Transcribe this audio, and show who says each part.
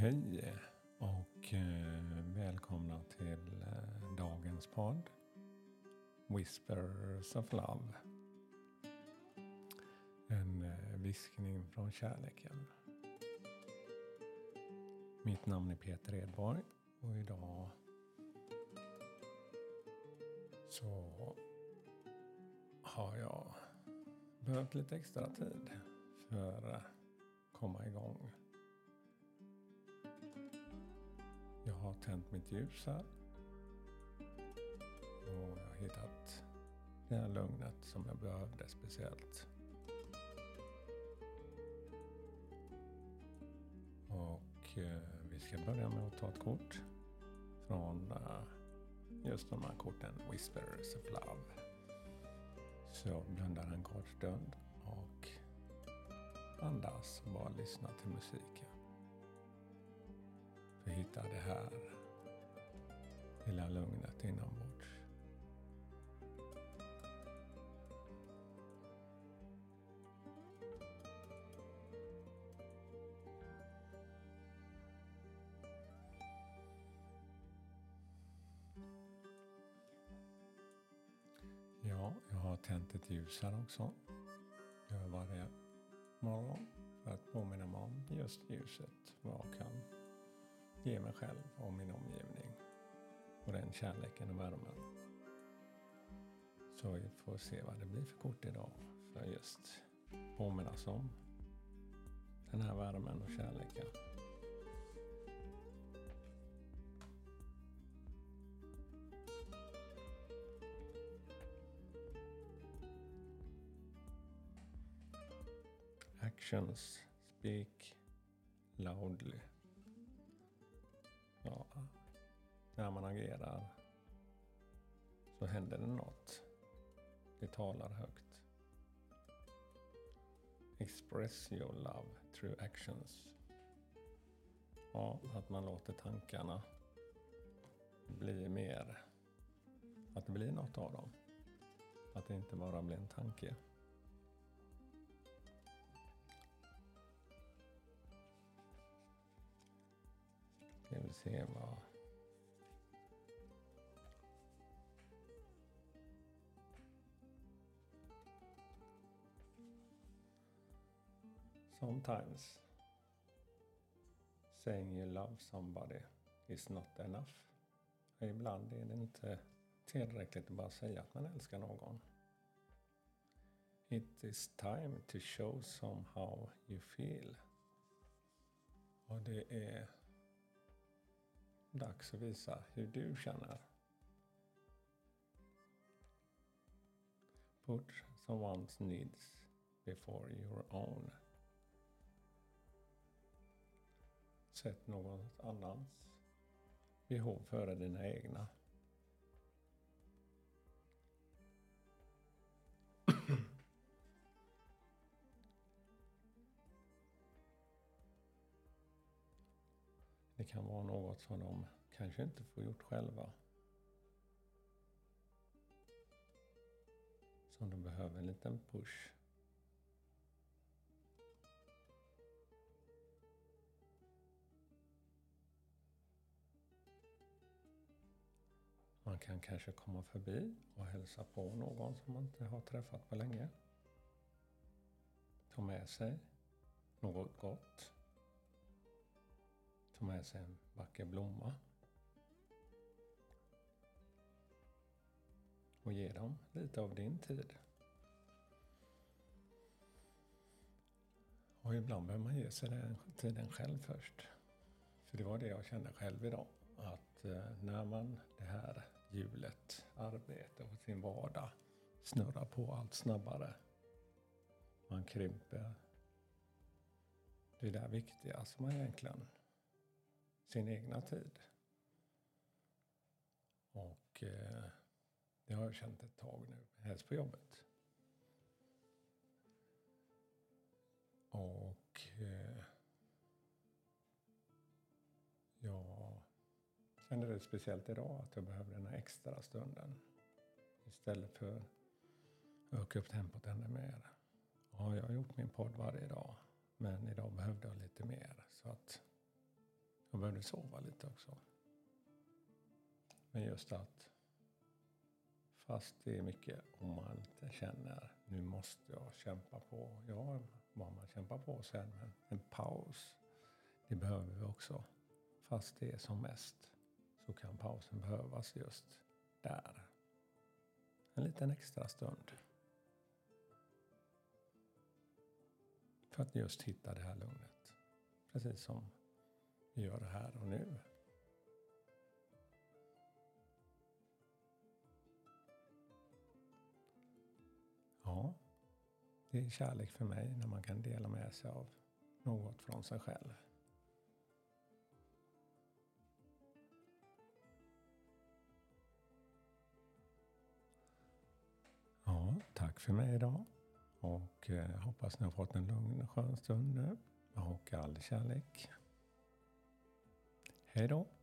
Speaker 1: Hej och välkomna till dagens podd Whispers of Love. En viskning från kärleken. Mitt namn är Peter Edborg och idag så har jag behövt lite extra tid för att komma igång. Jag har tänt mitt ljus här och jag har hittat det här lugnet som jag behövde speciellt. Och vi ska börja med att ta ett kort från just de här korten Whispers of Love. Så jag blundar en kort stund och andas och bara lyssna till musiken. Vi hittar det här lilla lugnet inombords. Ja, jag har tänt ett ljus här också. Jag gör varje morgon för att påminna mig om just ljuset. Vad jag kan ge mig själv och min omgivning. Och den kärleken och värmen. Så vi får se vad det blir för kort idag. För just påminnas om den här värmen och kärleken. Actions speak loudly. Ja, när man agerar så händer det något. Det talar högt. Express your love through actions. Ja, att man låter tankarna bli mer. Att det blir något av dem. Att det inte bara blir en tanke. Vi vill se vad sometimes saying you love somebody is not enough. Och ibland är det inte tillräckligt att bara säga att man älskar någon. It is time to show somehow you feel. Och det är dags att visa hur du känner. Put someone's needs before your own. Sätt någon annans behov före dina egna. Det kan vara något som de kanske inte får gjort själva. Som de behöver en liten push. Man kan kanske komma förbi och hälsa på någon som man inte har träffat på länge. Ta med sig något gott. Ta med sig en vacker blomma. Och ge dem lite av din tid. Och ibland behöver man ge sig den tiden själv först. För det var det jag kände själv idag. Att när man det här hjulet, arbete och sin vardag snurrar på allt snabbare. Man krymper. Det är där viktiga som man egentligen sin egna tid. Och det har jag känt ett tag nu, helst på jobbet. Och jag kände det speciellt idag att jag behövde den här extra stunden. Istället för att öka upp tempot ännu mer. Ja, jag har gjort min podd varje dag. Men idag behövde jag lite mer. Så att behövde sova lite också. Men just att fast det är mycket om man inte känner nu måste jag kämpa på. Ja, vad man kämpar på sen, men en paus, det behöver vi också. Fast det är som mest så kan pausen behövas just där. En liten extra stund. För att just hitta det här lugnet. Precis som vi gör det här och nu. Ja, det är kärlek för mig när man kan dela med sig av något från sig själv. Ja, tack för mig idag. Och hoppas ni har fått en lugn och skön stund nu. Och all kärlek. Hej då.